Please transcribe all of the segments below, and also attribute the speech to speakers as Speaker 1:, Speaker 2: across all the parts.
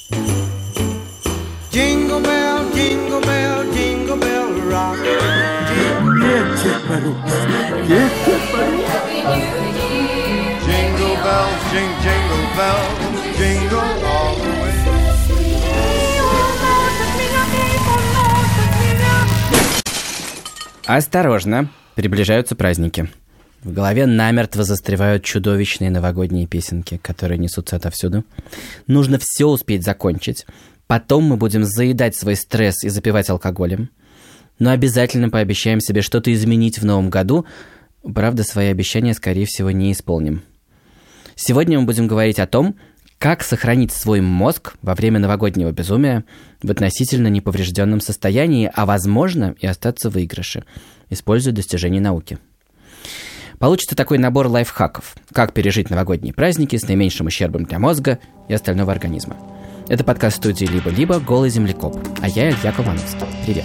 Speaker 1: Jingle bell, jingle bell, jingle bell rock.
Speaker 2: Нет, Дед Мороз, нет, Дед Мороз.
Speaker 1: Jingle bells, jingle bells, jingle all the way.
Speaker 3: Осторожно, приближаются праздники. В голове намертво застревают чудовищные новогодние песенки, которые несутся отовсюду. Нужно все успеть закончить. Потом мы будем заедать свой стресс и запивать алкоголем. Но обязательно пообещаем себе что-то изменить в новом году. Правда, свои обещания, скорее всего, не исполним. Сегодня мы будем говорить о том, как сохранить свой мозг во время новогоднего безумия в относительно неповрежденном состоянии, а возможно и остаться в выигрыше, используя достижения науки. Получится такой набор лайфхаков, как пережить новогодние праздники с наименьшим ущербом для мозга и остального организма. Это подкаст студии «Либо-либо. Голый землекоп», а я Илья Колмановский. Привет.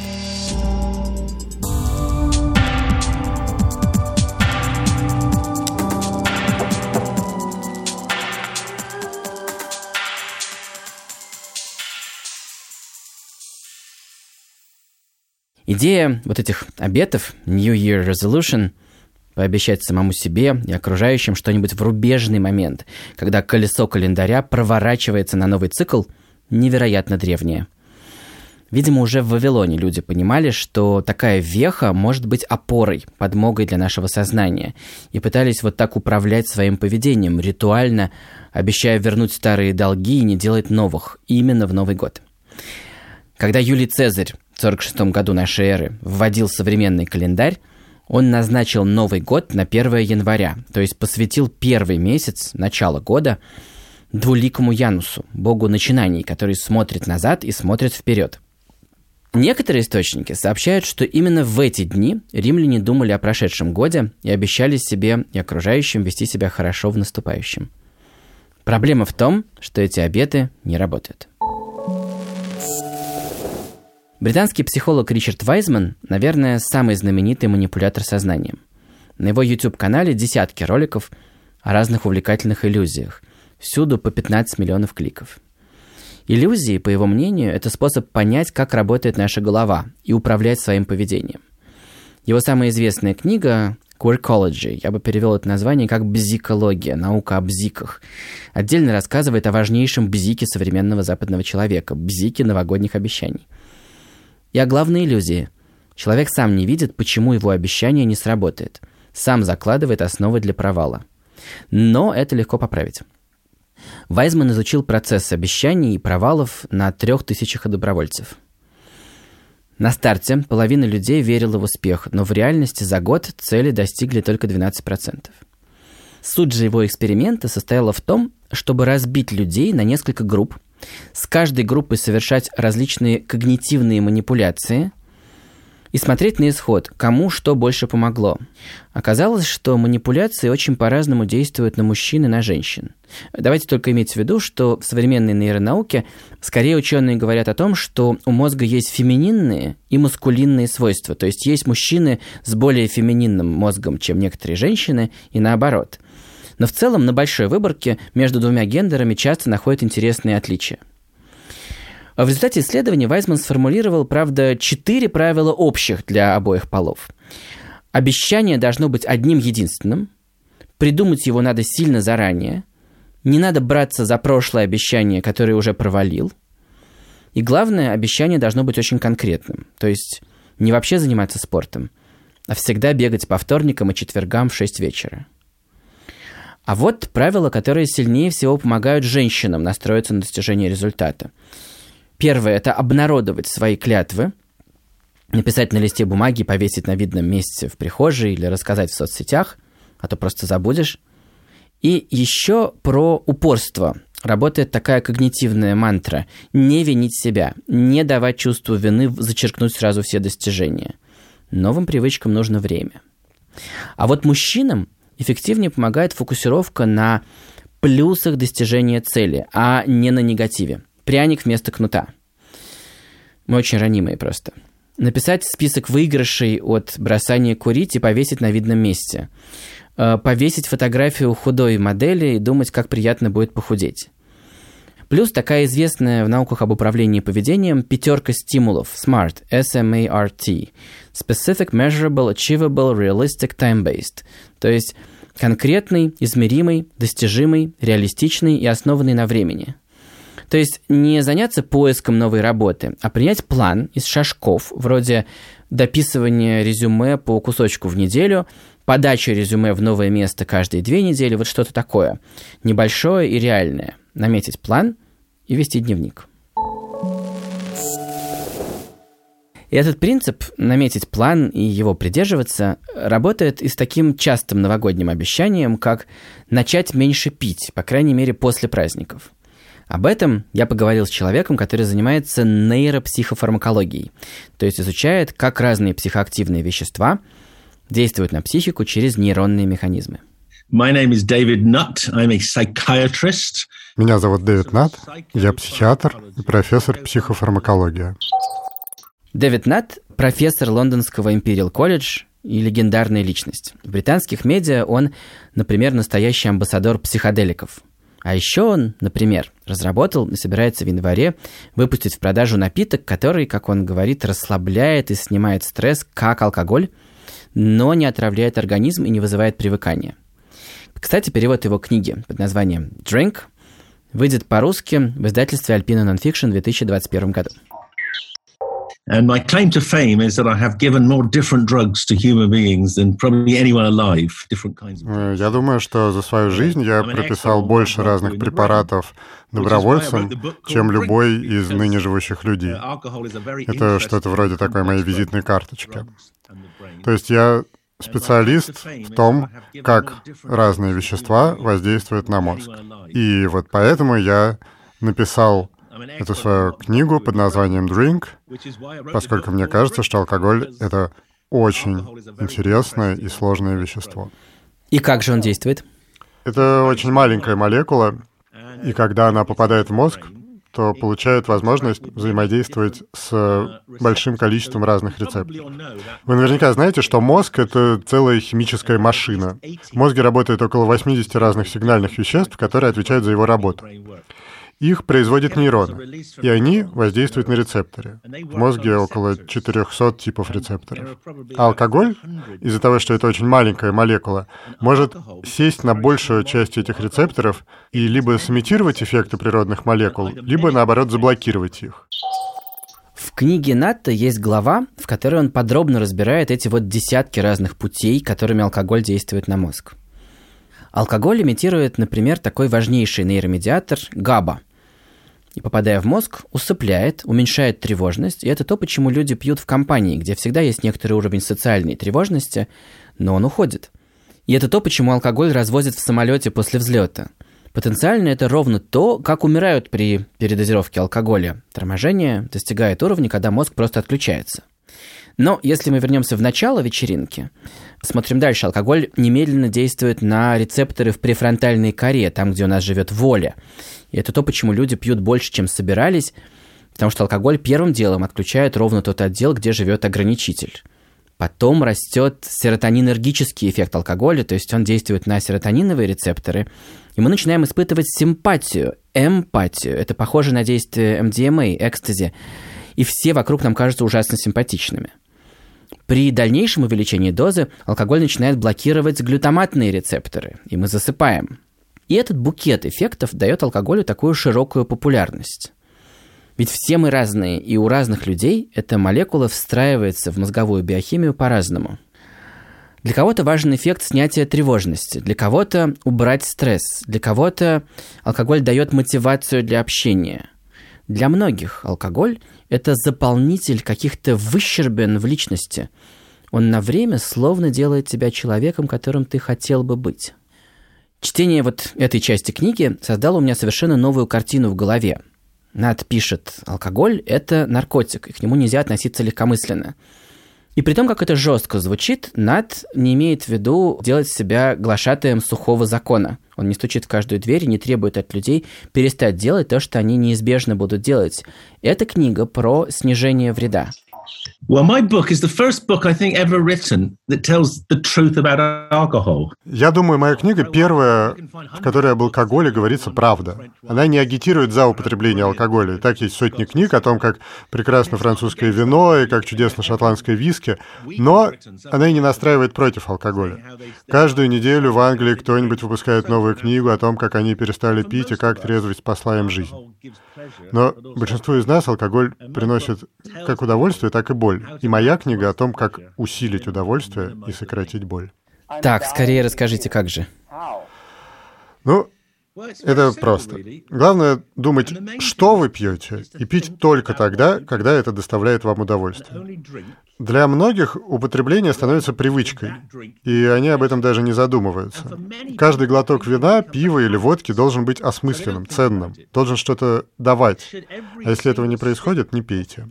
Speaker 3: Идея вот этих обетов, New Year Resolution, пообещать самому себе и окружающим что-нибудь в рубежный момент, когда колесо календаря проворачивается на новый цикл, невероятно древняя. Видимо, уже в Вавилоне люди понимали, что такая веха может быть опорой, подмогой для нашего сознания, и пытались вот так управлять своим поведением, ритуально обещая вернуть старые долги и не делать новых, именно в Новый год. Когда Юлий Цезарь в 46 году нашей эры вводил современный календарь, он назначил Новый год на 1 января, то есть посвятил первый месяц, начало года, двуликому Янусу, богу начинаний, который смотрит назад и смотрит вперед. Некоторые источники сообщают, что именно в эти дни римляне думали о прошедшем годе и обещали себе и окружающим вести себя хорошо в наступающем. Проблема в том, что эти обеты не работают. Британский психолог Ричард Вайзман, наверное, самый знаменитый манипулятор сознанием. На его YouTube-канале десятки роликов о разных увлекательных иллюзиях. Всюду по 15 миллионов кликов. Иллюзии, по его мнению, это способ понять, как работает наша голова и управлять своим поведением. Его самая известная книга Quirkology, я бы перевел это название как «бзикология», наука о бзиках, отдельно рассказывает о важнейшем бзике современного западного человека – бзике новогодних обещаний. И о главной иллюзии. Человек сам не видит, почему его обещание не сработает. Сам закладывает основы для провала. Но это легко поправить. Вайзман изучил процесс обещаний и провалов на 3000 добровольцев. На старте половина людей верила в успех, но в реальности за год цели достигли только 12%. Суть же его эксперимента состояла в том, чтобы разбить людей на несколько групп, с каждой группой совершать различные когнитивные манипуляции и смотреть на исход, кому что больше помогло. Оказалось, что манипуляции очень по-разному действуют на мужчин и на женщин. Давайте только иметь в виду, что в современной нейронауке скорее ученые говорят о том, что у мозга есть фемининные и маскулинные свойства, то есть есть мужчины с более фемининным мозгом, чем некоторые женщины, и наоборот. Но в целом на большой выборке между двумя гендерами часто находят интересные отличия. В результате исследования Вайзман сформулировал, правда, 4 правила общих для обоих полов. Обещание должно быть одним единственным, придумать его надо сильно заранее, не надо браться за прошлое обещание, которое уже провалил, и главное, обещание должно быть очень конкретным, то есть не вообще заниматься спортом, а всегда бегать по вторникам и четвергам в 6 вечера. А вот правила, которые сильнее всего помогают женщинам настроиться на достижение результата. Первое – это обнародовать свои клятвы, написать на листе бумаги, повесить на видном месте в прихожей или рассказать в соцсетях, а то просто забудешь. И еще про упорство. Работает такая когнитивная мантра – не винить себя, не давать чувству вины зачеркнуть сразу все достижения. Новым привычкам нужно время. А вот мужчинам эффективнее помогает фокусировка на плюсах достижения цели, а не на негативе. Пряник вместо кнута. Мы очень ранимые просто. Написать список выигрышей от бросания курить и повесить на видном месте. Повесить фотографию худой модели и думать, как приятно будет похудеть. Плюс такая известная в науках об управлении поведением 5 стимулов SMART, S-M-A-R-T, Specific, Measurable, Achievable, Realistic, Time-Based. То есть конкретный, измеримый, достижимый, реалистичный и основанный на времени. То есть не заняться поиском новой работы, а принять план из шажков, вроде дописывания резюме по кусочку в неделю, подача резюме в новое место каждые 2 недели, вот что-то такое. Небольшое и реальное. Наметить план и вести дневник. И этот принцип наметить план и его придерживаться работает и с таким частым новогодним обещанием, как начать меньше пить, по крайней мере, после праздников. Об этом я поговорил с человеком, который занимается нейропсихофармакологией, то есть изучает, как разные психоактивные вещества действуют на психику через нейронные механизмы.
Speaker 4: My name is David Nutt. I'm a psychiatrist.
Speaker 2: Меня зовут Дэвид Натт, я психиатр и профессор психофармакологии.
Speaker 3: Дэвид Натт – профессор Лондонского Imperial College и легендарная личность. В британских медиа он, например, настоящий амбассадор психоделиков. А еще он, например, разработал и собирается в январе выпустить в продажу напиток, который, как он говорит, расслабляет и снимает стресс, как алкоголь, но не отравляет организм и не вызывает привыкания. Кстати, перевод его книги под названием «Drink» выйдет по-русски в издательстве Alpina Nonfiction в 2021 году.
Speaker 4: And my claim to fame is that I have given more different drugs to human beings than probably anyone alive, different kinds of.
Speaker 2: Я думаю, что за свою жизнь я прописал больше разных препаратов добровольцам, чем любой из ныне живущих людей. Это что-то вроде такой моей визитной карточки. То есть я специалист в том, как разные вещества воздействуют на мозг. И вот поэтому я написал эту свою книгу под названием «Drink», поскольку мне кажется, что алкоголь — это очень интересное и сложное вещество.
Speaker 3: И как же он действует?
Speaker 2: Это очень маленькая молекула, и когда она попадает в мозг, то получает возможность взаимодействовать с большим количеством разных рецепторов. Вы наверняка знаете, что мозг — это целая химическая машина. В мозге работает около 80 разных сигнальных веществ, которые отвечают за его работу. Их производят нейроны, и они воздействуют на рецепторы. В мозге около 400 типов рецепторов. А алкоголь, из-за того, что это очень маленькая молекула, может сесть на большую часть этих рецепторов и либо сымитировать эффекты природных молекул, либо, наоборот, заблокировать их.
Speaker 3: В книге Натта есть глава, в которой он подробно разбирает эти вот десятки разных путей, которыми алкоголь действует на мозг. Алкоголь имитирует, например, такой важнейший нейромедиатор ГАБА. И, попадая в мозг, усыпляет, уменьшает тревожность. И это то, почему люди пьют в компании, где всегда есть некоторый уровень социальной тревожности, но он уходит. И это то, почему алкоголь развозят в самолете после взлета. Потенциально это ровно то, как умирают при передозировке алкоголя. Торможение достигает уровня, когда мозг просто отключается. Но если мы вернемся в начало вечеринки, смотрим дальше. Алкоголь немедленно действует на рецепторы в префронтальной коре, там, где у нас живет воля. И это то, почему люди пьют больше, чем собирались, потому что алкоголь первым делом отключает ровно тот отдел, где живет ограничитель. Потом растет серотонинергический эффект алкоголя, то есть он действует на серотониновые рецепторы, и мы начинаем испытывать симпатию, эмпатию. Это похоже на действие MDMA, экстази, и все вокруг нам кажутся ужасно симпатичными. При дальнейшем увеличении дозы алкоголь начинает блокировать глютаматные рецепторы, и мы засыпаем. И этот букет эффектов дает алкоголю такую широкую популярность. Ведь все мы разные, и у разных людей эта молекула встраивается в мозговую биохимию по-разному. Для кого-то важен эффект снятия тревожности, для кого-то убрать стресс, для кого-то алкоголь дает мотивацию для общения. Для многих алкоголь – это заполнитель каких-то выщербин в личности. Он на время словно делает тебя человеком, которым ты хотел бы быть. Чтение вот этой части книги создало у меня совершенно новую картину в голове. Натт пишет, алкоголь – это наркотик, и к нему нельзя относиться легкомысленно. И при том, как это жестко звучит, Натт не имеет в виду делать себя глашатаем сухого закона. Он не стучит в каждую дверь и не требует от людей перестать делать то, что они неизбежно будут делать. Это книга про снижение вреда.
Speaker 4: Well, my book is the first book I think ever written that tells the truth about alcohol.
Speaker 2: Я думаю, моя книга первая, в которой об алкоголе говорится правда. Она не агитирует за употребление алкоголя. И так есть сотни книг о том, как прекрасно французское вино и как чудесно шотландское виски, но она и не настраивает против алкоголя. Каждую неделю в Англии кто-нибудь выпускает новую книгу о том, как они перестали пить и как трезвость спасла им жизнь. Но большинству из нас алкоголь приносит как удовольствие, так и боль. И моя книга о том, как усилить удовольствие и сократить боль.
Speaker 3: Так, скорее расскажите, как же.
Speaker 2: Ну, это просто. Главное думать, что вы пьете, и пить только тогда, когда это доставляет вам удовольствие. Для многих употребление становится привычкой, и они об этом даже не задумываются. Каждый глоток вина, пива или водки должен быть осмысленным, ценным, должен что-то давать. А если этого не происходит, не пейте.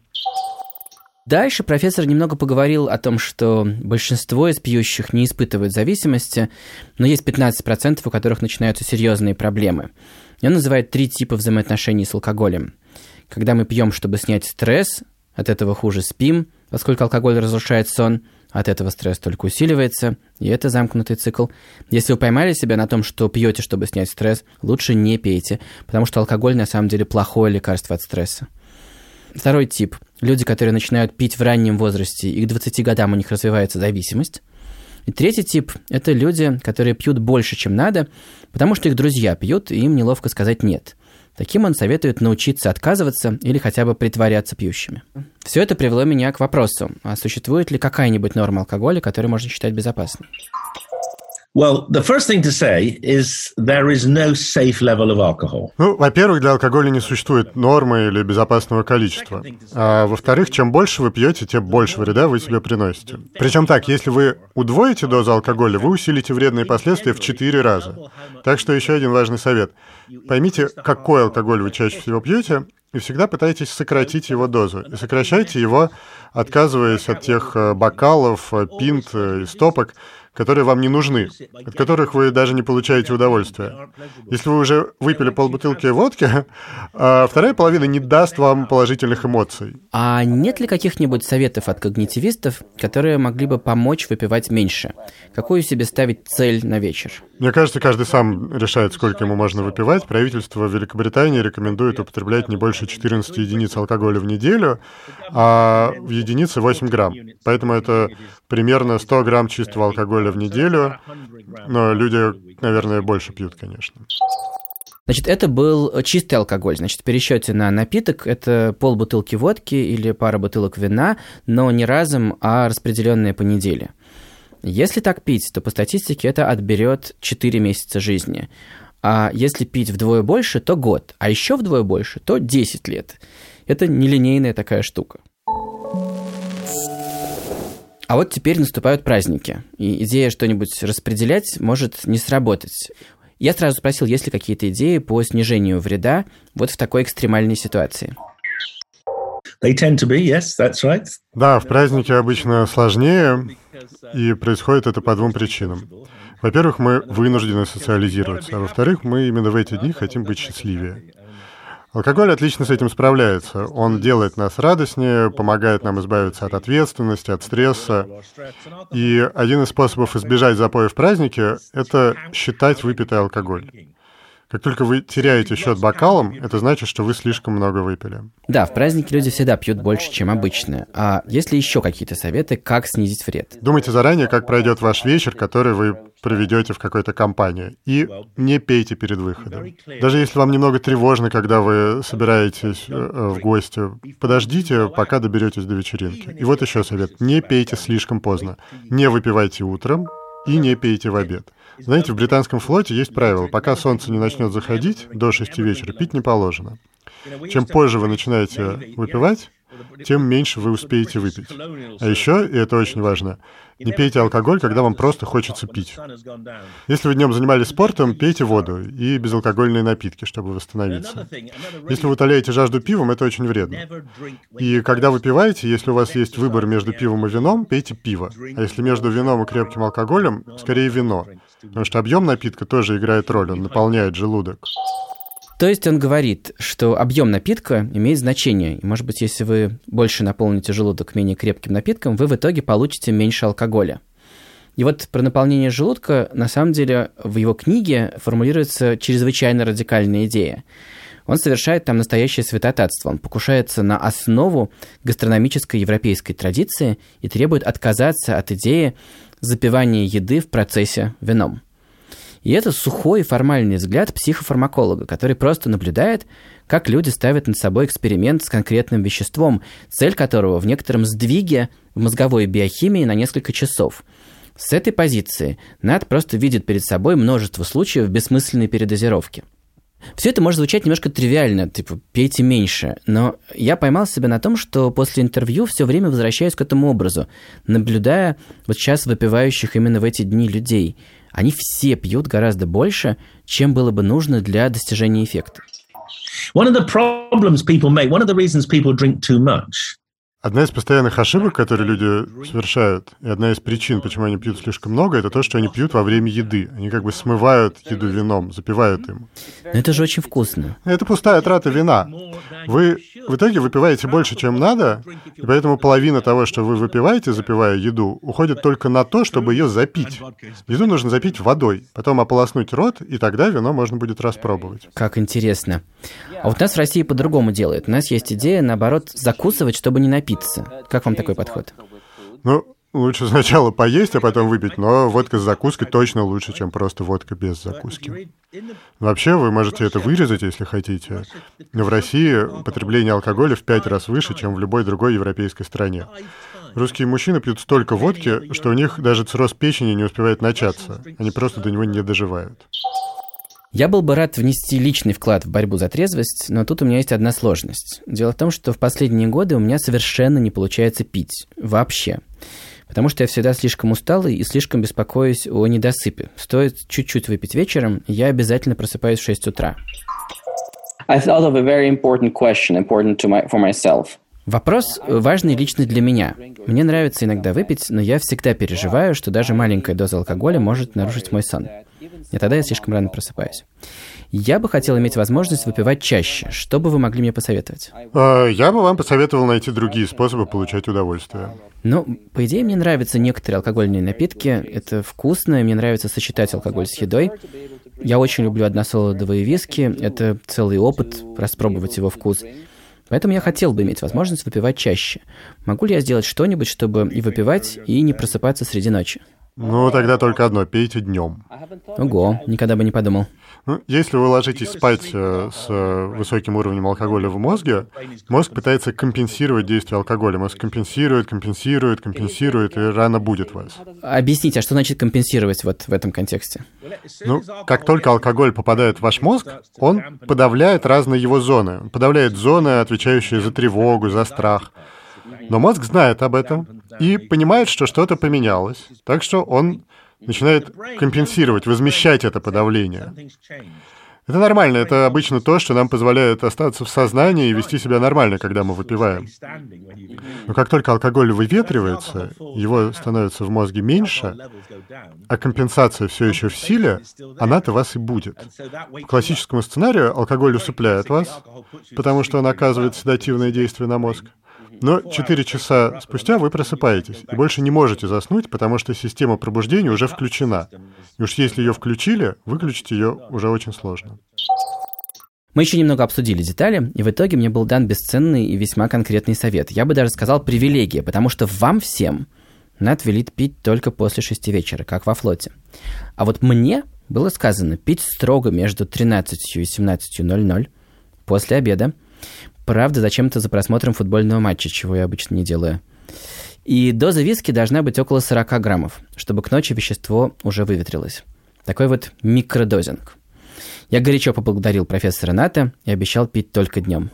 Speaker 3: Дальше профессор немного поговорил о том, что большинство из пьющих не испытывают зависимости, но есть 15%, у которых начинаются серьезные проблемы. И он называет 3 типа взаимоотношений с алкоголем. Когда мы пьем, чтобы снять стресс, от этого хуже спим, поскольку алкоголь разрушает сон, от этого стресс только усиливается, и это замкнутый цикл. Если вы поймали себя на том, что пьете, чтобы снять стресс, лучше не пейте, потому что алкоголь на самом деле плохое лекарство от стресса. Второй тип – люди, которые начинают пить в раннем возрасте, и к 20 годам у них развивается зависимость. И третий тип – это люди, которые пьют больше, чем надо, потому что их друзья пьют, и им неловко сказать «нет». Таким он советует научиться отказываться или хотя бы притворяться пьющими. Все это привело меня к вопросу, а существует ли какая-нибудь норма алкоголя, которую можно считать безопасной?
Speaker 4: Well, the first thing to say is there is no safe level of alcohol.
Speaker 2: Ну, во-первых, для алкоголя не существует нормы или безопасного количества. А во-вторых, чем больше вы пьете, тем больше вреда вы себе приносите. Причем так, если вы удвоите дозу алкоголя, вы усилите вредные последствия в 4 раза. Так что еще один важный совет. Поймите, какой алкоголь вы чаще всего пьете, и всегда пытайтесь сократить его дозу. И сокращайте его, отказываясь от тех бокалов, пинт и стопок, которые вам не нужны, от которых вы даже не получаете удовольствия. Если вы уже выпили полбутылки водки, вторая половина не даст вам положительных эмоций.
Speaker 3: А нет ли каких-нибудь советов от когнитивистов, которые могли бы помочь выпивать меньше? Какую себе ставить цель на вечер?
Speaker 2: Мне кажется, каждый сам решает, сколько ему можно выпивать. Правительство Великобритании рекомендует употреблять не больше 14 единиц алкоголя в неделю, а в единице 8 грамм. Поэтому это примерно 100 грамм чистого алкоголя в неделю. Но люди, наверное, больше пьют, конечно.
Speaker 3: Значит, это был чистый алкоголь. Значит, в пересчете на напиток это полбутылки водки или пара бутылок вина, но не разом, а распределенные по неделе. Если так пить, то по статистике это отберет 4 месяца жизни. А если пить вдвое больше, то год. А еще вдвое больше, то 10 лет. Это нелинейная такая штука. А вот теперь наступают праздники, и идея что-нибудь распределять может не сработать. Я сразу спросил, есть ли какие-то идеи по снижению вреда вот в такой экстремальной ситуации.
Speaker 4: They tend to be, yes, that's right.
Speaker 2: Да, в празднике обычно сложнее, и происходит это по 2 причинам. Во-первых, мы вынуждены социализироваться, а во-вторых, мы именно в эти дни хотим быть счастливее. Алкоголь отлично с этим справляется. Он делает нас радостнее, помогает нам избавиться от ответственности, от стресса. И один из способов избежать запоя в празднике — это считать выпитый алкоголь. Как только вы теряете счет бокалам, это значит, что вы слишком много выпили.
Speaker 3: Да, в праздники люди всегда пьют больше, чем обычно. А есть ли еще какие-то советы, как снизить вред?
Speaker 2: Думайте заранее, как пройдет ваш вечер, который вы проведете в какой-то компании. И не пейте перед выходом. Даже если вам немного тревожно, когда вы собираетесь в гости, подождите, пока доберетесь до вечеринки. И вот еще совет. Не пейте слишком поздно. Не выпивайте утром и не пейте в обед. Знаете, в британском флоте есть правило: пока солнце не начнет заходить, до 6 вечера пить не положено. Чем позже вы начинаете выпивать, тем меньше вы успеете выпить. А еще, и это очень важно, не пейте алкоголь, когда вам просто хочется пить. Если вы днем занимались спортом, пейте воду и безалкогольные напитки, чтобы восстановиться. Если вы утоляете жажду пивом, это очень вредно. И когда выпиваете, если у вас есть выбор между пивом и вином, пейте пиво. А если между вином и крепким алкоголем, скорее вино. Потому что объем напитка тоже играет роль, он наполняет желудок.
Speaker 3: То есть он говорит, что объем напитка имеет значение. И, может быть, если вы больше наполните желудок менее крепким напитком, вы в итоге получите меньше алкоголя. И вот про наполнение желудка, на самом деле, в его книге формулируется чрезвычайно радикальная идея. Он совершает там настоящее святотатство. Он покушается на основу гастрономической европейской традиции и требует отказаться от идеи запивания еды в процессе вином. И это сухой и формальный взгляд психофармаколога, который просто наблюдает, как люди ставят над собой эксперимент с конкретным веществом, цель которого в некотором сдвиге в мозговой биохимии на несколько часов. С этой позиции Нат просто видит перед собой множество случаев бессмысленной передозировки. Все это может звучать немножко тривиально, типа «пейте меньше», но я поймал себя на том, что после интервью все время возвращаюсь к этому образу, наблюдая вот сейчас выпивающих именно в эти дни людей. Они все пьют гораздо больше, чем было бы нужно для достижения эффекта.
Speaker 2: Одна из постоянных ошибок, которые люди совершают, и одна из причин, почему они пьют слишком много, это то, что они пьют во время еды. Они как бы смывают еду вином, запивают им.
Speaker 3: Но это же очень вкусно.
Speaker 2: Это пустая трата вина. Вы в итоге выпиваете больше, чем надо, и поэтому половина того, что вы выпиваете, запивая еду, уходит только на то, чтобы ее запить. Еду нужно запить водой, потом ополоснуть рот, и тогда вино можно будет распробовать.
Speaker 3: Как интересно. А вот у нас в России по-другому делают. У нас есть идея, наоборот, закусывать, чтобы не напиться. Как вам такой подход?
Speaker 2: Ну, лучше сначала поесть, а потом выпить, но водка с закуской точно лучше, чем просто водка без закуски. Вообще, вы можете это вырезать, если хотите. Но в России потребление алкоголя в 5 раз выше, чем в любой другой европейской стране. Русские мужчины пьют столько водки, что у них даже цирроз печени не успевает начаться. Они просто до него не доживают.
Speaker 3: Я был бы рад внести личный вклад в борьбу за трезвость, но тут у меня есть одна сложность. Дело в том, что в последние годы у меня совершенно не получается пить. Вообще. Потому что я всегда слишком усталый и слишком беспокоюсь о недосыпе. Стоит чуть-чуть выпить вечером, и я обязательно просыпаюсь в 6 утра. Вопрос важный лично для меня. Мне нравится иногда выпить, но я всегда переживаю, что даже маленькая доза алкоголя может нарушить мой сон. И тогда я слишком рано просыпаюсь. Я бы хотел иметь возможность выпивать чаще. Что бы вы могли мне посоветовать?
Speaker 2: Я бы вам посоветовал найти другие способы получать удовольствие.
Speaker 3: Ну, по идее, мне нравятся некоторые алкогольные напитки. Это вкусно, и мне нравится сочетать алкоголь с едой. Я очень люблю односолодовые виски. Это целый опыт, распробовать его вкус. Поэтому я хотел бы иметь возможность выпивать чаще. Могу ли я сделать что-нибудь, чтобы и выпивать, и не просыпаться среди ночи?
Speaker 2: Ну, тогда только одно – пейте днем.
Speaker 3: Ого, никогда бы не подумал.
Speaker 2: Ну, если вы ложитесь спать с высоким уровнем алкоголя в мозге, мозг пытается компенсировать действие алкоголя. Мозг компенсирует, и рано будет вас.
Speaker 3: Объясните, а что значит компенсировать вот в этом контексте?
Speaker 2: Ну, как только алкоголь попадает в ваш мозг, он подавляет разные его зоны. Он подавляет зоны, отвечающие за тревогу, за страх. Но мозг знает об этом и понимает, что что-то поменялось. Так что он начинает компенсировать, возмещать это подавление. Это нормально, это обычно то, что нам позволяет остаться в сознании и вести себя нормально, когда мы выпиваем. Но как только алкоголь выветривается, его становится в мозге меньше, а компенсация все еще в силе, она-то вас и будет. По классическому сценарию алкоголь усыпляет вас, потому что он оказывает седативное действие на мозг. Но 4 часа спустя вы просыпаетесь и больше не можете заснуть, потому что система пробуждения уже включена. И уж если ее включили, выключить ее уже очень сложно.
Speaker 3: Мы еще немного обсудили детали, и в итоге мне был дан бесценный и весьма конкретный совет. Я бы даже сказал привилегия, потому что вам всем Нат велит пить только после 6 вечера, как во флоте. А вот мне было сказано пить строго между 13 и 17:00 после обеда. Правда, зачем-то за просмотром футбольного матча, чего я обычно не делаю. И доза виски должна быть около 40 граммов, чтобы к ночи вещество уже выветрилось. Такой вот микродозинг. Я горячо поблагодарил профессора Ната и обещал пить только днем.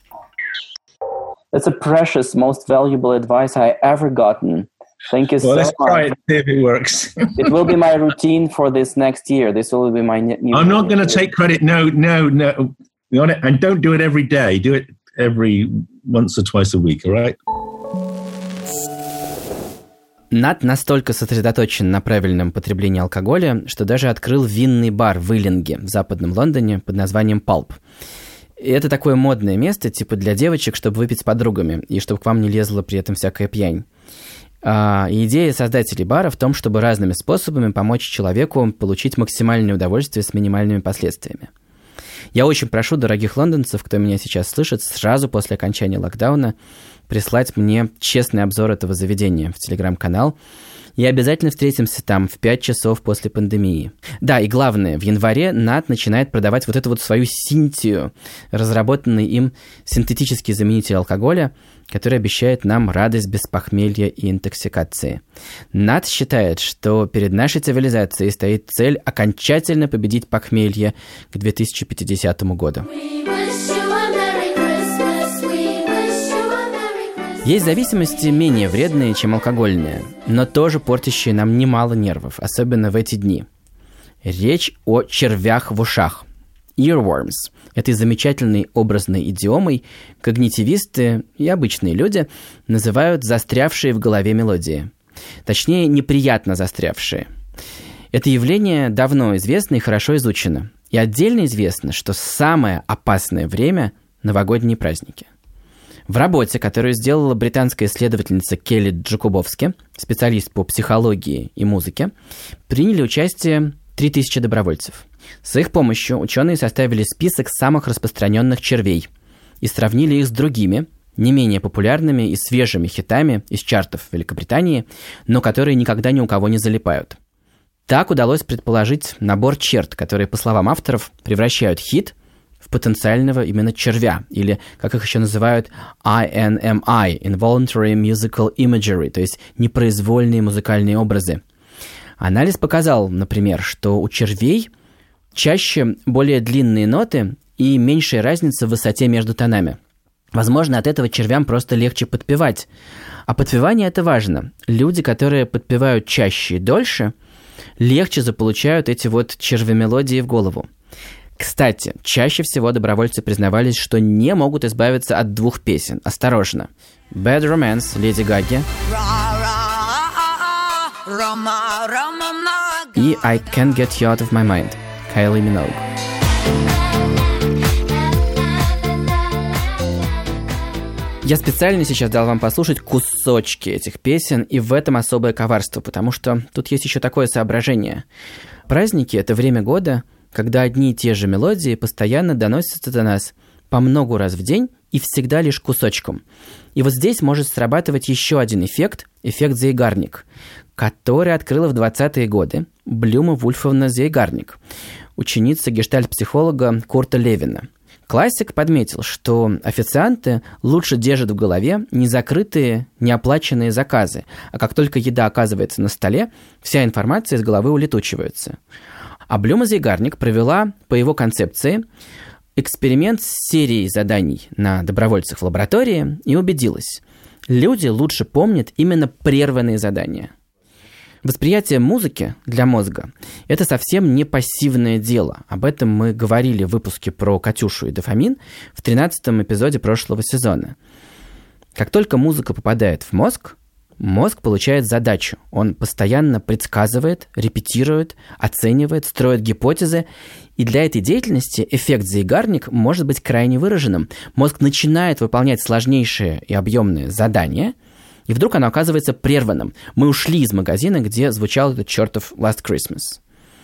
Speaker 5: That's a precious, most valuable advice I ever gotten. Thank you so much. Let's try it, see if it works. It will be my routine for this next year. This will be my new
Speaker 4: I'm not going to take credit. No. And don't do it every day. Do it every once or twice a week, all right?
Speaker 3: Нат настолько сосредоточен на правильном потреблении алкоголя, что даже открыл винный бар в Иллинге в западном Лондоне под названием Pulp. И это такое модное место, типа для девочек, чтобы выпить с подругами, и чтобы к вам не лезла при этом всякая пьянь. Идея создателей бара в том, чтобы разными способами помочь человеку получить максимальное удовольствие с минимальными последствиями. Я очень прошу дорогих лондонцев, кто меня сейчас слышит, сразу после окончания локдауна прислать мне честный обзор этого заведения в телеграм-канал. И обязательно встретимся там в 5 часов после пандемии. Да, и главное, в январе Нат начинает продавать вот эту вот свою Синтию, разработанный им синтетический заменитель алкоголя, который обещает нам радость без похмелья и интоксикации. Нат считает, что перед нашей цивилизацией стоит цель окончательно победить похмелье к 2050 году. Есть зависимости менее вредные, чем алкогольные, но тоже портящие нам немало нервов, особенно в эти дни. Речь о червях в ушах. Earworms. Этой замечательной образной идиомой когнитивисты и обычные люди называют застрявшие в голове мелодии. Точнее, неприятно застрявшие. Это явление давно известно и хорошо изучено. И отдельно известно, что самое опасное время – новогодние праздники. В работе, которую сделала британская исследовательница Келли Джакубовски, специалист по психологии и музыке, приняли участие 3000 добровольцев. С их помощью ученые составили список самых распространенных червей и сравнили их с другими, не менее популярными и свежими хитами из чартов Великобритании, но которые никогда ни у кого не залипают. Так удалось предположить набор черт, которые, по словам авторов, превращают хит в потенциального именно червя, или, как их еще называют, INMI, Involuntary Musical Imagery, то есть непроизвольные музыкальные образы. Анализ показал, например, что у червей чаще более длинные ноты и меньшая разница в высоте между тонами. Возможно, от этого червям просто легче подпевать. А подпевание – это важно. Люди, которые подпевают чаще и дольше, легче заполучают эти вот червемелодии в голову. Кстати, чаще всего добровольцы признавались, что не могут избавиться от 2 песен. Осторожно. Bad Romance, Леди Гаги, и I Can't Get You Out of My Mind, Kylie Minogue. Я специально сейчас дал вам послушать кусочки этих песен, и в этом особое коварство, потому что тут есть еще такое соображение. Праздники – это время года, когда одни и те же мелодии постоянно доносятся до нас по много раз в день и всегда лишь кусочком. И вот здесь может срабатывать еще один эффект Зейгарник, который открыла в 20-е годы Блюма Вульфовна Зейгарник, ученица гештальт-психолога Курта Левина. Классик подметил, что официанты лучше держат в голове незакрытые, неоплаченные заказы, а как только еда оказывается на столе, вся информация из головы улетучивается. А Блюма Зейгарник провела, по его концепции, эксперимент с серией заданий на добровольцах в лаборатории и убедилась, люди лучше помнят именно прерванные задания. Восприятие музыки для мозга – это совсем не пассивное дело. Об этом мы говорили в выпуске про Катюшу и дофамин в 13-м эпизоде прошлого сезона. Как только музыка попадает в мозг, мозг получает задачу. Он постоянно предсказывает, репетирует, оценивает, строит гипотезы. И для этой деятельности эффект Зейгарник может быть крайне выраженным. Мозг начинает выполнять сложнейшие и объемные задания, и вдруг оно оказывается прерванным. Мы ушли из магазина, где звучал этот чертов Last Christmas.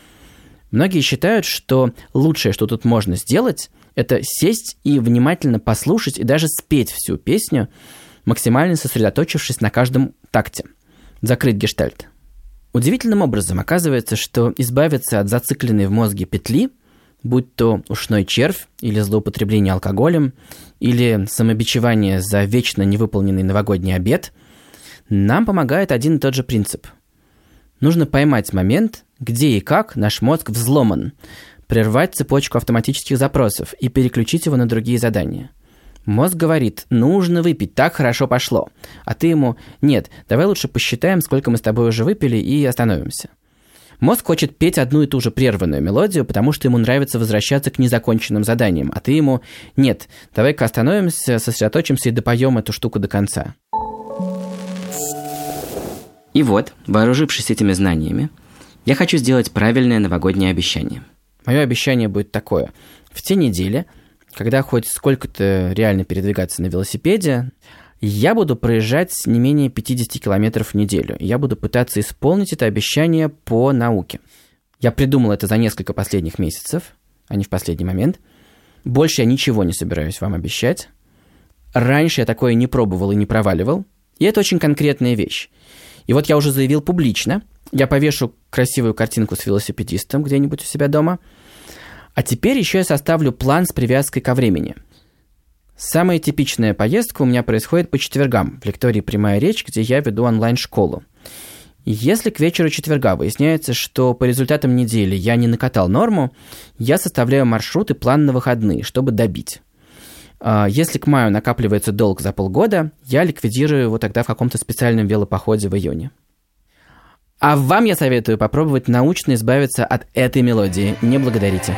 Speaker 3: Многие считают, что лучшее, что тут можно сделать, это сесть и внимательно послушать и даже спеть всю песню, максимально сосредоточившись на каждом такте. Закрыть гештальт. Удивительным образом оказывается, что избавиться от зацикленной в мозге петли, будь то ушной червь, или злоупотребление алкоголем, или самобичевание за вечно невыполненный новогодний обед, нам помогает один и тот же принцип. Нужно поймать момент, где и как наш мозг взломан, прервать цепочку автоматических запросов и переключить его на другие задания. Мозг говорит, нужно выпить, так хорошо пошло. А ты ему, нет, давай лучше посчитаем, сколько мы с тобой уже выпили, и остановимся. Мозг хочет петь одну и ту же прерванную мелодию, потому что ему нравится возвращаться к незаконченным заданиям. А ты ему, нет, давай-ка остановимся, сосредоточимся и допоем эту штуку до конца. И вот, вооружившись этими знаниями, я хочу сделать правильное новогоднее обещание. Мое обещание будет такое. В те недели, когда хоть сколько-то реально передвигаться на велосипеде, я буду проезжать не менее 50 километров в неделю. Я буду пытаться исполнить это обещание по науке. Я придумал это за несколько последних месяцев, а не в последний момент. Больше я ничего не собираюсь вам обещать. Раньше я такое не пробовал и не проваливал. И это очень конкретная вещь. И вот я уже заявил публично. Я повешу красивую картинку с велосипедистом где-нибудь у себя дома. А теперь еще я составлю план с привязкой ко времени. Самая типичная поездка у меня происходит по четвергам в лектории «Прямая речь», где я веду онлайн-школу. И если к вечеру четверга выясняется, что по результатам недели я не накатал норму, я составляю маршрут и план на выходные, чтобы добить. Если к маю накапливается долг за полгода, я ликвидирую его тогда в каком-то специальном велопоходе в июне. А вам я советую попробовать научно избавиться от этой мелодии. Не благодарите.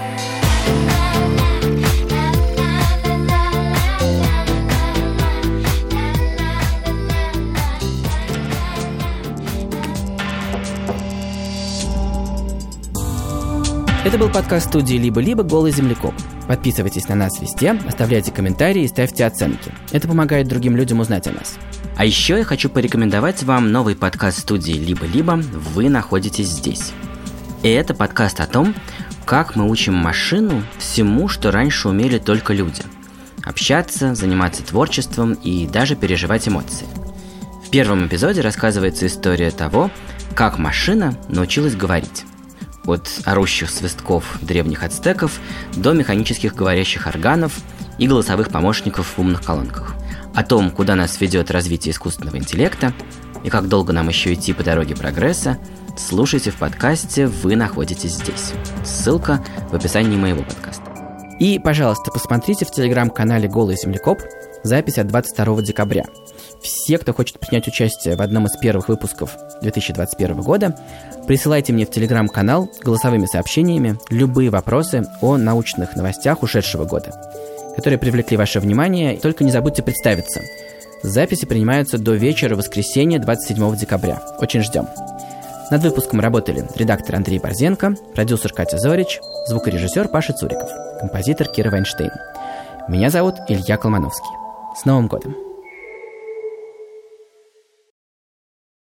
Speaker 3: Это был подкаст студии «Либо-либо. Голый землекоп». Подписывайтесь на нас везде, оставляйте комментарии и ставьте оценки. Это помогает другим людям узнать о нас. А еще я хочу порекомендовать вам новый подкаст студии «Либо-либо. Вы находитесь здесь». И это подкаст о том, как мы учим машину всему, что раньше умели только люди. Общаться, заниматься творчеством и даже переживать эмоции. В первом эпизоде рассказывается история того, как машина научилась говорить. От орущих свистков древних ацтеков до механических говорящих органов и голосовых помощников в умных колонках. О том, куда нас ведет развитие искусственного интеллекта и как долго нам еще идти по дороге прогресса, слушайте в подкасте «Вы находитесь здесь». Ссылка в описании моего подкаста. И, пожалуйста, посмотрите в телеграм-канале «Голый землекоп» запись от 22 декабря. Все, кто хочет принять участие в одном из первых выпусков 2021 года, присылайте мне в телеграм-канал голосовыми сообщениями любые вопросы о научных новостях ушедшего года, которые привлекли ваше внимание. Только не забудьте представиться. Записи принимаются до вечера воскресенья 27 декабря. Очень ждем. Над выпуском работали редактор Андрей Борзенко, продюсер Катя Зорич, звукорежиссер Паша Цуриков, композитор Кира Вайнштейн. Меня зовут Илья Колмановский. С Новым годом!